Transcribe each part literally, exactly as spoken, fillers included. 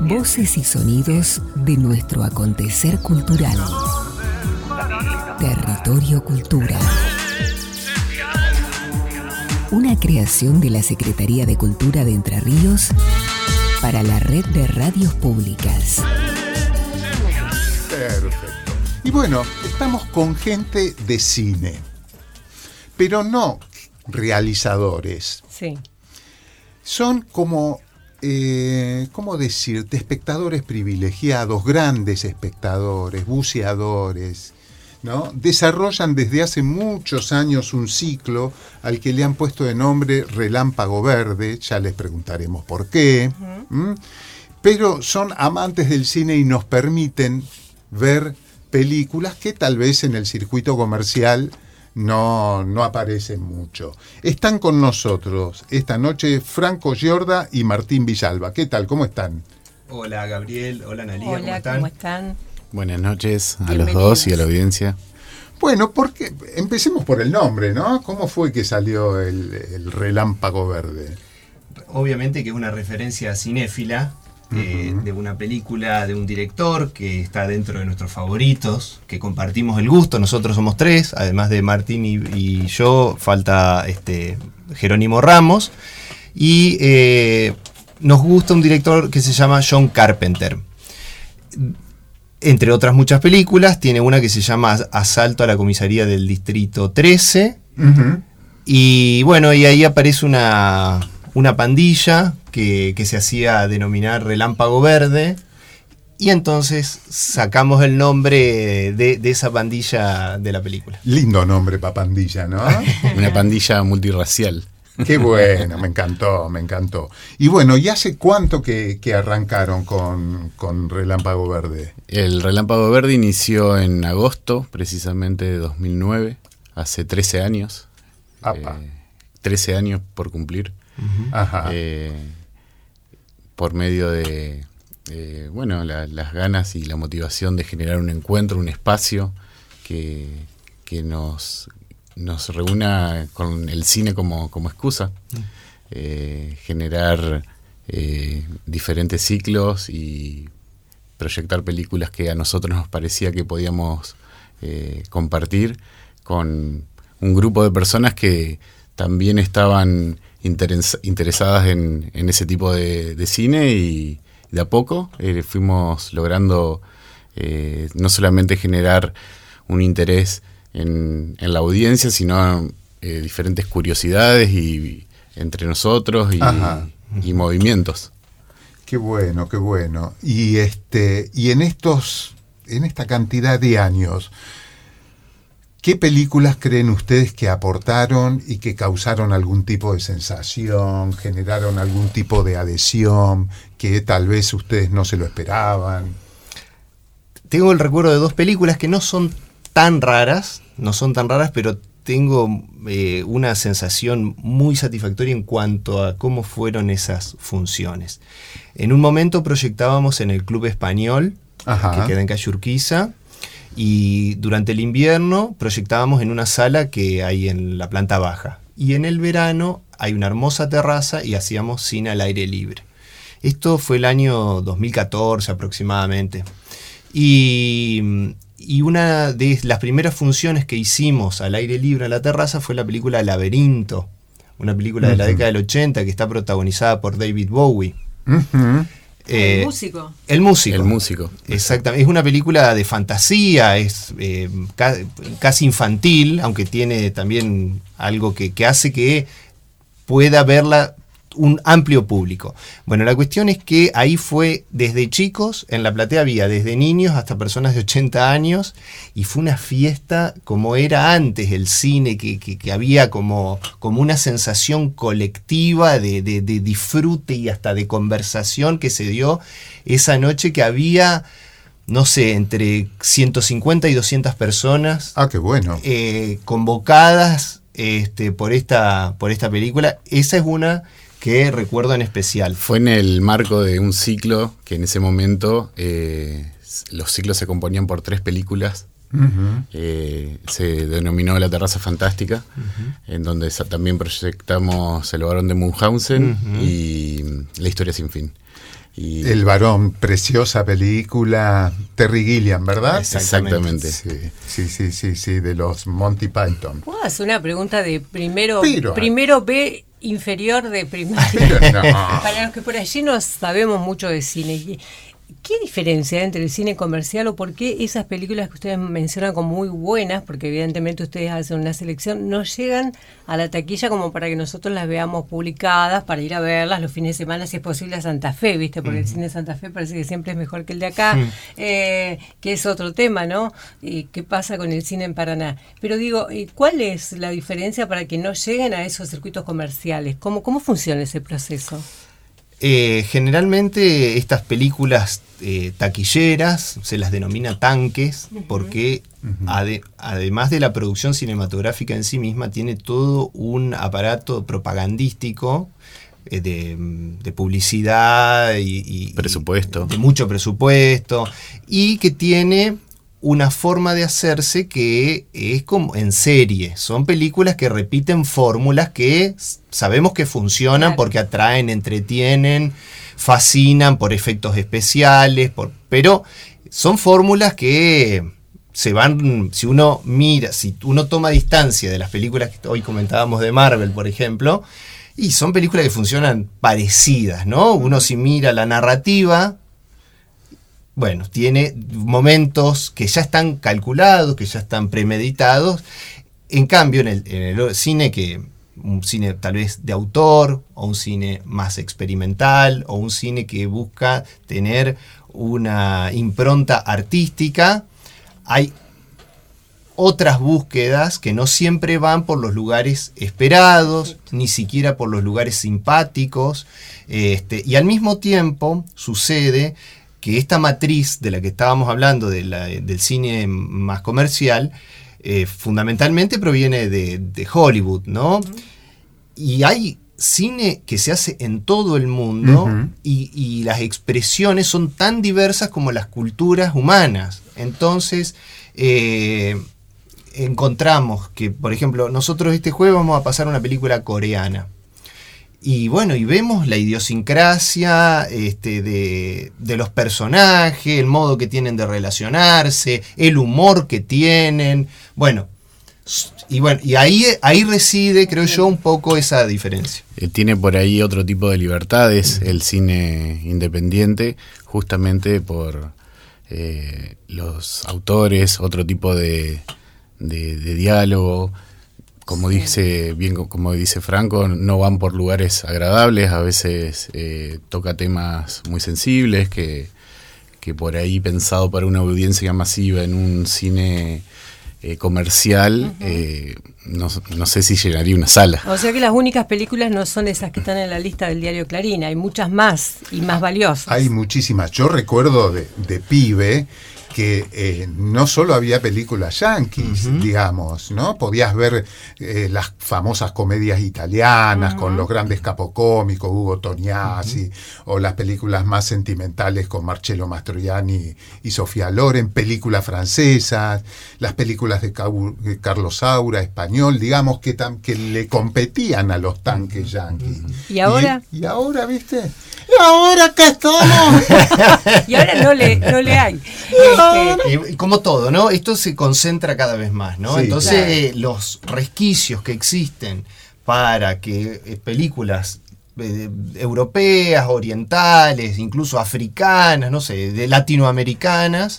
Voces y sonidos de nuestro acontecer cultural. Territorio Cultura. Una creación de la Secretaría de Cultura de Entre Ríos para la red de radios públicas. Perfecto. Y bueno, estamos con gente de cine, pero no realizadores. Sí. Son como, eh, ¿cómo decirte? Espectadores privilegiados, grandes espectadores, buceadores, ¿no? Desarrollan desde hace muchos años un ciclo al que le han puesto de nombre Relámpago Verde, ya les preguntaremos por qué, uh-huh. ¿Mm? Pero son amantes del cine y nos permiten ver películas que tal vez en el circuito comercial no, no aparecen mucho. Están con nosotros esta noche Franco Giorda y Martín Villalba. ¿Qué tal? ¿Cómo están? Hola Gabriel, hola Analía, hola, ¿cómo están? ¿cómo están? Buenas noches a los dos y a la audiencia. Bueno, porque empecemos por el nombre, ¿no? ¿Cómo fue que salió el, el Relámpago Verde? Obviamente que es una referencia cinéfila eh, uh-huh. de una película de un director que está dentro de nuestros favoritos, que compartimos el gusto. Nosotros somos tres, además de Martín y, y yo, falta este Jerónimo Ramos. Y eh, nos gusta un director que se llama John Carpenter. Entre otras muchas películas, tiene una que se llama Asalto a la Comisaría del Distrito trece. Uh-huh. Y bueno, y ahí aparece una, una pandilla que, que se hacía denominar Relámpago Verde. Y entonces sacamos el nombre de, de esa pandilla de la película. Lindo nombre para pandilla, ¿no? Una pandilla multirracial. Qué bueno, me encantó, me encantó. Y bueno, ¿y hace cuánto que, que arrancaron con, con Relámpago Verde? El Relámpago Verde inició en agosto, precisamente de dos mil nueve, hace trece años. Apa. Eh, trece años por cumplir. Uh-huh. Ajá. Eh, por medio de, eh, bueno, la, las ganas y la motivación de generar un encuentro, un espacio que, que nos... nos reúna con el cine como, como excusa, eh, generar eh, diferentes ciclos y proyectar películas que a nosotros nos parecía que podíamos eh, compartir con un grupo de personas que también estaban interes- interesadas en, en ese tipo de, de cine, y de a poco eh, fuimos logrando eh, no solamente generar un interés En, en la audiencia, sino eh, diferentes curiosidades y, y entre nosotros y, y movimientos. Qué bueno, qué bueno. Y este, y en estos, en esta cantidad de años, ¿qué películas creen ustedes que aportaron y que causaron algún tipo de sensación, generaron algún tipo de adhesión, que tal vez ustedes no se lo esperaban? Tengo el recuerdo de dos películas que no son tan raras, no son tan raras, pero tengo eh, una sensación muy satisfactoria en cuanto a cómo fueron esas funciones. En un momento proyectábamos en el Club Español, Ajá. que queda en calle Urquiza, y durante el invierno proyectábamos en una sala que hay en la planta baja. Y en el verano hay una hermosa terraza y hacíamos cine al aire libre. Esto fue el año dos mil catorce aproximadamente. Y... Y una de las primeras funciones que hicimos al aire libre en la terraza fue la película Laberinto, una película uh-huh. de la década del ochenta que está protagonizada por David Bowie. Uh-huh. Eh, el músico. El músico. El músico. Exactamente. Es una película de fantasía, es eh, ca- casi infantil, aunque tiene también algo que, que hace que pueda verla un amplio público. Bueno, la cuestión es que ahí fue desde chicos, en la platea había desde niños hasta personas de ochenta años, y fue una fiesta como era antes el cine, que, que, que había como, como una sensación colectiva de, de, de disfrute y hasta de conversación que se dio esa noche, que había, no sé, entre ciento cincuenta y doscientas personas. Ah, qué bueno. Eh, convocadas este, por esta, por esta película. Esa es una que recuerdo en especial. Fue en el marco de un ciclo que en ese momento eh, los ciclos se componían por tres películas. Uh-huh. Eh, se denominó La Terraza Fantástica, uh-huh. en donde también proyectamos El Barón de Munchausen uh-huh. y La historia sin fin. Y El varón, preciosa película, Terry Gilliam, ¿verdad? Exactamente. Sí, sí, sí, sí, sí, de los Monty Python. ¿Puedo hacer una pregunta de primero, Pero- primero B inferior de primaria? Pero no. Para los que por allí no sabemos mucho de cine, ¿qué diferencia hay entre el cine comercial o por qué esas películas que ustedes mencionan como muy buenas, porque evidentemente ustedes hacen una selección, no llegan a la taquilla como para que nosotros las veamos publicadas, para ir a verlas los fines de semana, si es posible, a Santa Fe, ¿viste? Porque el cine de Santa Fe parece que siempre es mejor que el de acá, eh, que es otro tema, ¿no? ¿Y qué pasa con el cine en Paraná? Pero digo, ¿y ¿cuál es la diferencia para que no lleguen a esos circuitos comerciales? ¿Cómo, cómo funciona ese proceso? Eh, generalmente estas películas eh, taquilleras se las denomina tanques porque ade- además de la producción cinematográfica en sí misma tiene todo un aparato propagandístico eh, de, de publicidad y, y Presupuesto. y de mucho presupuesto y que tiene una forma de hacerse que es como en serie. Son películas que repiten fórmulas que s- sabemos que funcionan Claro. porque atraen, entretienen, fascinan por efectos especiales, por, pero son fórmulas que se van, si uno mira, si uno toma distancia de las películas que hoy comentábamos de Marvel, por ejemplo, y son películas que funcionan parecidas, ¿no? Uno si mira la narrativa, bueno, tiene momentos que ya están calculados, que ya están premeditados. En cambio, en el, en el cine que un cine tal vez de autor, o un cine más experimental, o un cine que busca tener una impronta artística, hay otras búsquedas que no siempre van por los lugares esperados, ni siquiera por los lugares simpáticos, este, y al mismo tiempo sucede que esta matriz de la que estábamos hablando, de la, del cine más comercial, eh, fundamentalmente proviene de, de Hollywood, ¿no? Uh-huh. Y hay cine que se hace en todo el mundo, uh-huh. y, y las expresiones son tan diversas como las culturas humanas. Entonces, eh, encontramos que, por ejemplo, nosotros este jueves vamos a pasar una película coreana. Y bueno, y vemos la idiosincrasia este, de, de los personajes, el modo que tienen de relacionarse, el humor que tienen. Bueno, y bueno, y ahí, ahí reside, creo yo, un poco esa diferencia. Eh, tiene por ahí otro tipo de libertades el cine independiente, justamente por eh, los autores, otro tipo de, de, de diálogo. Como dice bien, como dice Franco, no van por lugares agradables, a veces eh, toca temas muy sensibles que, que por ahí pensado para una audiencia masiva en un cine eh, comercial, uh-huh. eh, no, no sé si llenaría una sala. O sea que las únicas películas no son esas que están en la lista del diario Clarín, hay muchas más y más valiosas. Hay muchísimas. Yo recuerdo de, de pibe que eh, no solo había películas yanquis, uh-huh. digamos, ¿no? Podías ver eh, las famosas comedias italianas uh-huh. con los grandes capocómicos, Ugo Tognazzi, uh-huh. o las películas más sentimentales con Marcello Mastroianni y Sofía Loren, películas francesas, las películas de, Cau- de Carlos Saura, español, digamos, que, tam- que le competían a los tanques yanquis. Uh-huh. ¿Y ahora? Y, y ahora, ¿viste? ¿Y ahora qué estamos? Y ahora no le, no le hay. Eh, como todo, ¿no? Esto se concentra cada vez más, ¿no? Sí, Entonces, claro. eh, los resquicios que existen para que eh, películas eh, europeas, orientales, incluso africanas, no sé, de latinoamericanas,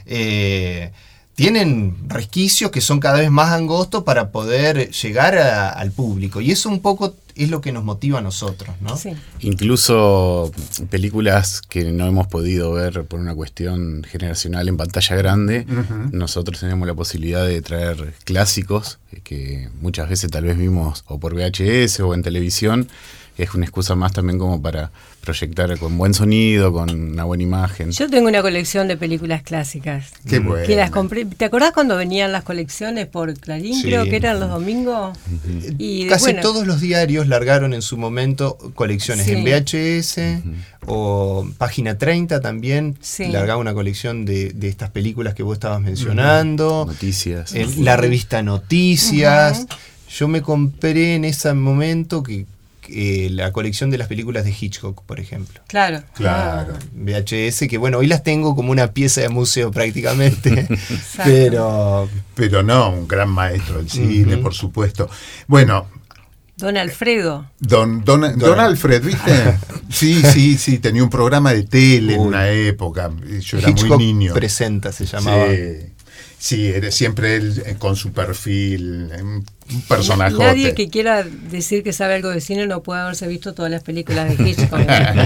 eh, tienen resquicios que son cada vez más angostos para poder llegar a, al público. Y eso un poco es lo que nos motiva a nosotros, ¿no? Sí. Incluso películas que no hemos podido ver por una cuestión generacional en pantalla grande, uh-huh. nosotros tenemos la posibilidad de traer clásicos que muchas veces tal vez vimos o por V H S o en televisión. Es una excusa más también como para proyectar con buen sonido, con una buena imagen. Yo tengo una colección de películas clásicas. Qué bueno. Que las compré. ¿Te acordás cuando venían las colecciones por Clarín? Sí. Creo que eran los domingos. Uh-huh. Y casi bueno, todos los diarios largaron en su momento colecciones sí. en V H S, uh-huh. o Página treinta también sí. largaba una colección de, de estas películas que vos estabas mencionando. Uh-huh. Noticias. En la revista Noticias. Uh-huh. Yo me compré en ese momento que eh, la colección de las películas de Hitchcock, por ejemplo. Claro. Claro. V H S, que bueno, hoy las tengo como una pieza de museo prácticamente, pero... Pero no, un gran maestro del cine, Uh-huh. por supuesto. Bueno... Don Alfredo. Don, don, don, don Alfred, ¿viste? Sí, sí, sí, tenía un programa de tele en Uy. una época. Yo era Hitchcock muy niño. Presenta se llamaba. Sí, sí, era siempre él eh, con su perfil, eh, un personaje. Nadie que quiera decir que sabe algo de cine no puede haberse visto todas las películas de Hitchcock.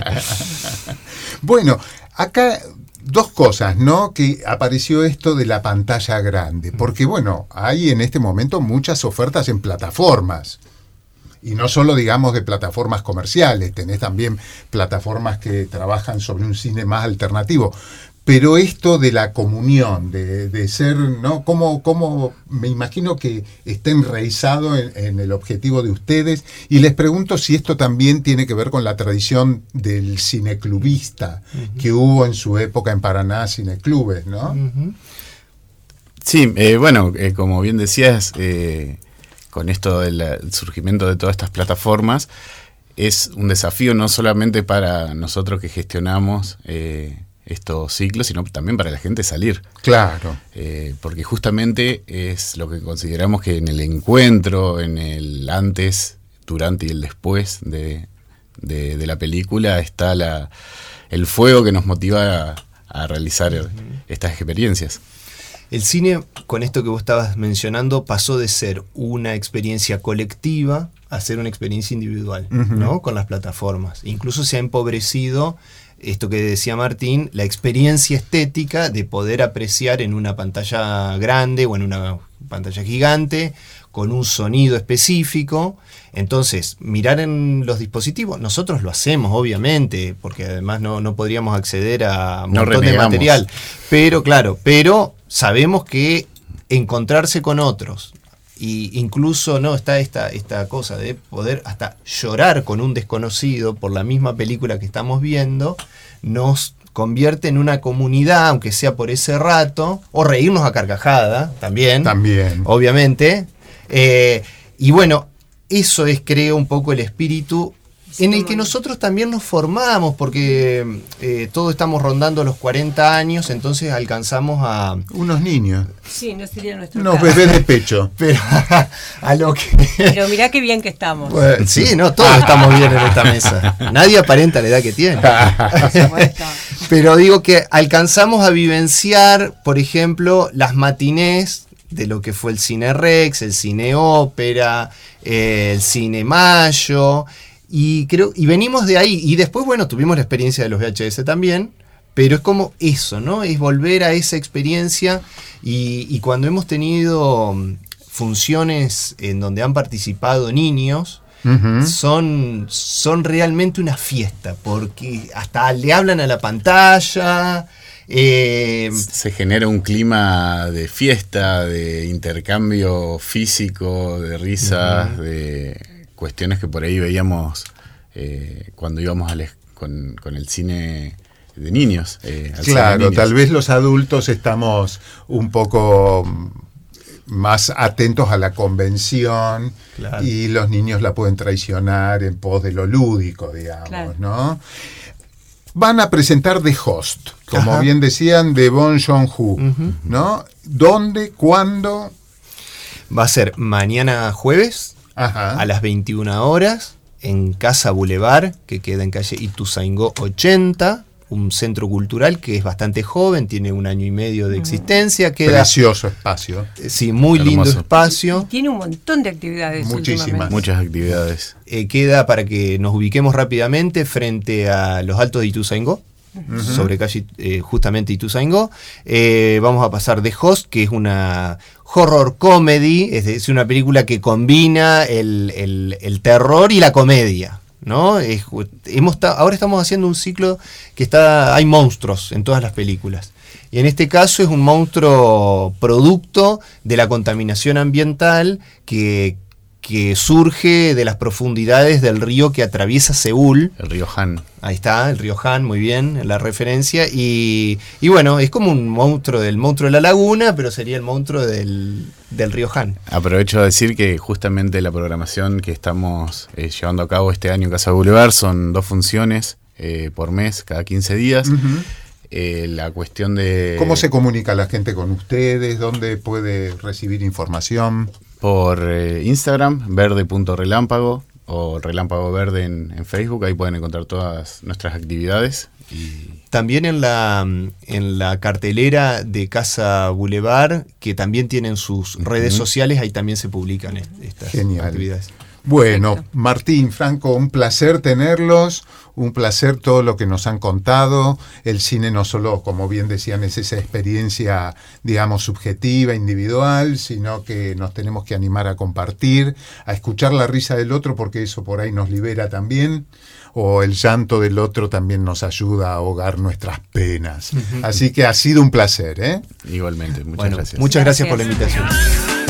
Bueno, acá dos cosas, ¿no? Que apareció esto de la pantalla grande, porque bueno, hay en este momento muchas ofertas en plataformas. Y no solo, digamos, de plataformas comerciales, tenés también plataformas que trabajan sobre un cine más alternativo. Pero esto de la comunión, de, de ser, ¿no? Como, como me imagino que está enraizado en, en el objetivo de ustedes. Y les pregunto si esto también tiene que ver con la tradición del cineclubista uh-huh. que hubo en su época en Paraná, cineclubes, ¿no? Uh-huh. Sí, eh, bueno, eh, como bien decías... Eh, con esto del surgimiento de todas estas plataformas, es un desafío no solamente para nosotros que gestionamos eh, estos ciclos, sino también para la gente salir. Claro. Eh, porque justamente es lo que consideramos que en el encuentro, en el antes, durante y el después de, de, de la película está la, el fuego que nos motiva a, a realizar uh-huh. estas experiencias. El cine, con esto que vos estabas mencionando, pasó de ser una experiencia colectiva a ser una experiencia individual, uh-huh. ¿no? Con las plataformas. Incluso se ha empobrecido, esto que decía Martín, la experiencia estética de poder apreciar en una pantalla grande o en una pantalla gigante, con un sonido específico. Entonces, mirar en los dispositivos, nosotros lo hacemos, obviamente, porque además no, no podríamos acceder a un no montón renegamos. de material. Pero, claro, pero sabemos que encontrarse con otros, y incluso no está esta, esta cosa de poder hasta llorar con un desconocido por la misma película que estamos viendo, nos convierte en una comunidad, aunque sea por ese rato, o reírnos a carcajada, también, También. obviamente. Eh, y bueno, eso es, creo, un poco el espíritu en el que nosotros también nos formamos, porque eh, todos estamos rondando los cuarenta años, entonces alcanzamos a... Unos niños. Sí, no sería nuestro Unos caso. bebés de pecho. Pero a lo que... Pero mirá qué bien que estamos. Bueno, sí, no, todos estamos bien en esta mesa. Nadie aparenta la edad que tiene. Por supuesto. Pero digo que alcanzamos a vivenciar, por ejemplo, las matinés de lo que fue el cine Rex, el cine ópera, eh, el cine Mayo, y creo y venimos de ahí. Y después, bueno, tuvimos la experiencia de los V H S también, pero es como eso, ¿no? Es volver a esa experiencia, y, y cuando hemos tenido funciones en donde han participado niños, uh-huh. son, son realmente una fiesta, porque hasta le hablan a la pantalla. Eh, se genera un clima de fiesta, de intercambio físico, de risas, uh-huh. de cuestiones que por ahí veíamos eh, cuando íbamos al, con, con el cine de niños. Eh, al claro, niños. Tal vez los adultos estamos un poco más atentos a la convención, claro. y los niños la pueden traicionar en pos de lo lúdico, digamos, claro. ¿no? Van a presentar The Host, como Ajá. bien decían, de Bong Joon-ho, uh-huh. ¿no? ¿Dónde? ¿Cuándo? Va a ser mañana jueves, Ajá. a las veintiuna horas, en Casa Boulevard, que queda en calle Ituzaingó ochenta, un centro cultural que es bastante joven, tiene un año y medio de existencia. Queda, precioso espacio. Sí, muy Hermoso. lindo espacio. Y tiene un montón de actividades. Muchísimas. Muchas actividades. Eh, queda, para que nos ubiquemos rápidamente, frente a los Altos de Ituzaingó, uh-huh. sobre calle eh, justamente Ituzaingó. Eh, vamos a pasar The Host, que es una horror comedy, es decir, una película que combina el, el, el terror y la comedia, ¿no? Es, hemos ahora estamos haciendo un ciclo que está hay monstruos en todas las películas, y en este caso es un monstruo producto de la contaminación ambiental que que surge de las profundidades del río que atraviesa Seúl. El río Han. Ahí está, el río Han, muy bien, la referencia. Y, y bueno, es como un monstruo del monstruo de la laguna, pero sería el monstruo del, del río Han. Aprovecho a decir que justamente la programación que estamos eh, llevando a cabo este año en Casa Boulevard son dos funciones eh, por mes, cada quince días. Uh-huh. Eh, la cuestión de... ¿Cómo se comunica la gente con ustedes? ¿Dónde puede recibir información? Por eh, Instagram, verde punto relámpago, o Relámpago Verde en, en Facebook. Ahí pueden encontrar todas nuestras actividades. Y... También en la, en la cartelera de Casa Boulevard, que también tienen sus redes uh-huh. sociales, ahí también se publican estas Genial. actividades. Bueno, perfecto. Martín, Franco, un placer tenerlos, un placer todo lo que nos han contado. El cine no solo, como bien decían, es esa experiencia, digamos, subjetiva, individual, sino que nos tenemos que animar a compartir, a escuchar la risa del otro, porque eso por ahí nos libera también, o el llanto del otro también nos ayuda a ahogar nuestras penas. Uh-huh. Así que ha sido un placer, ¿eh? Igualmente, muchas bueno, gracias. Muchas gracias, gracias por la invitación.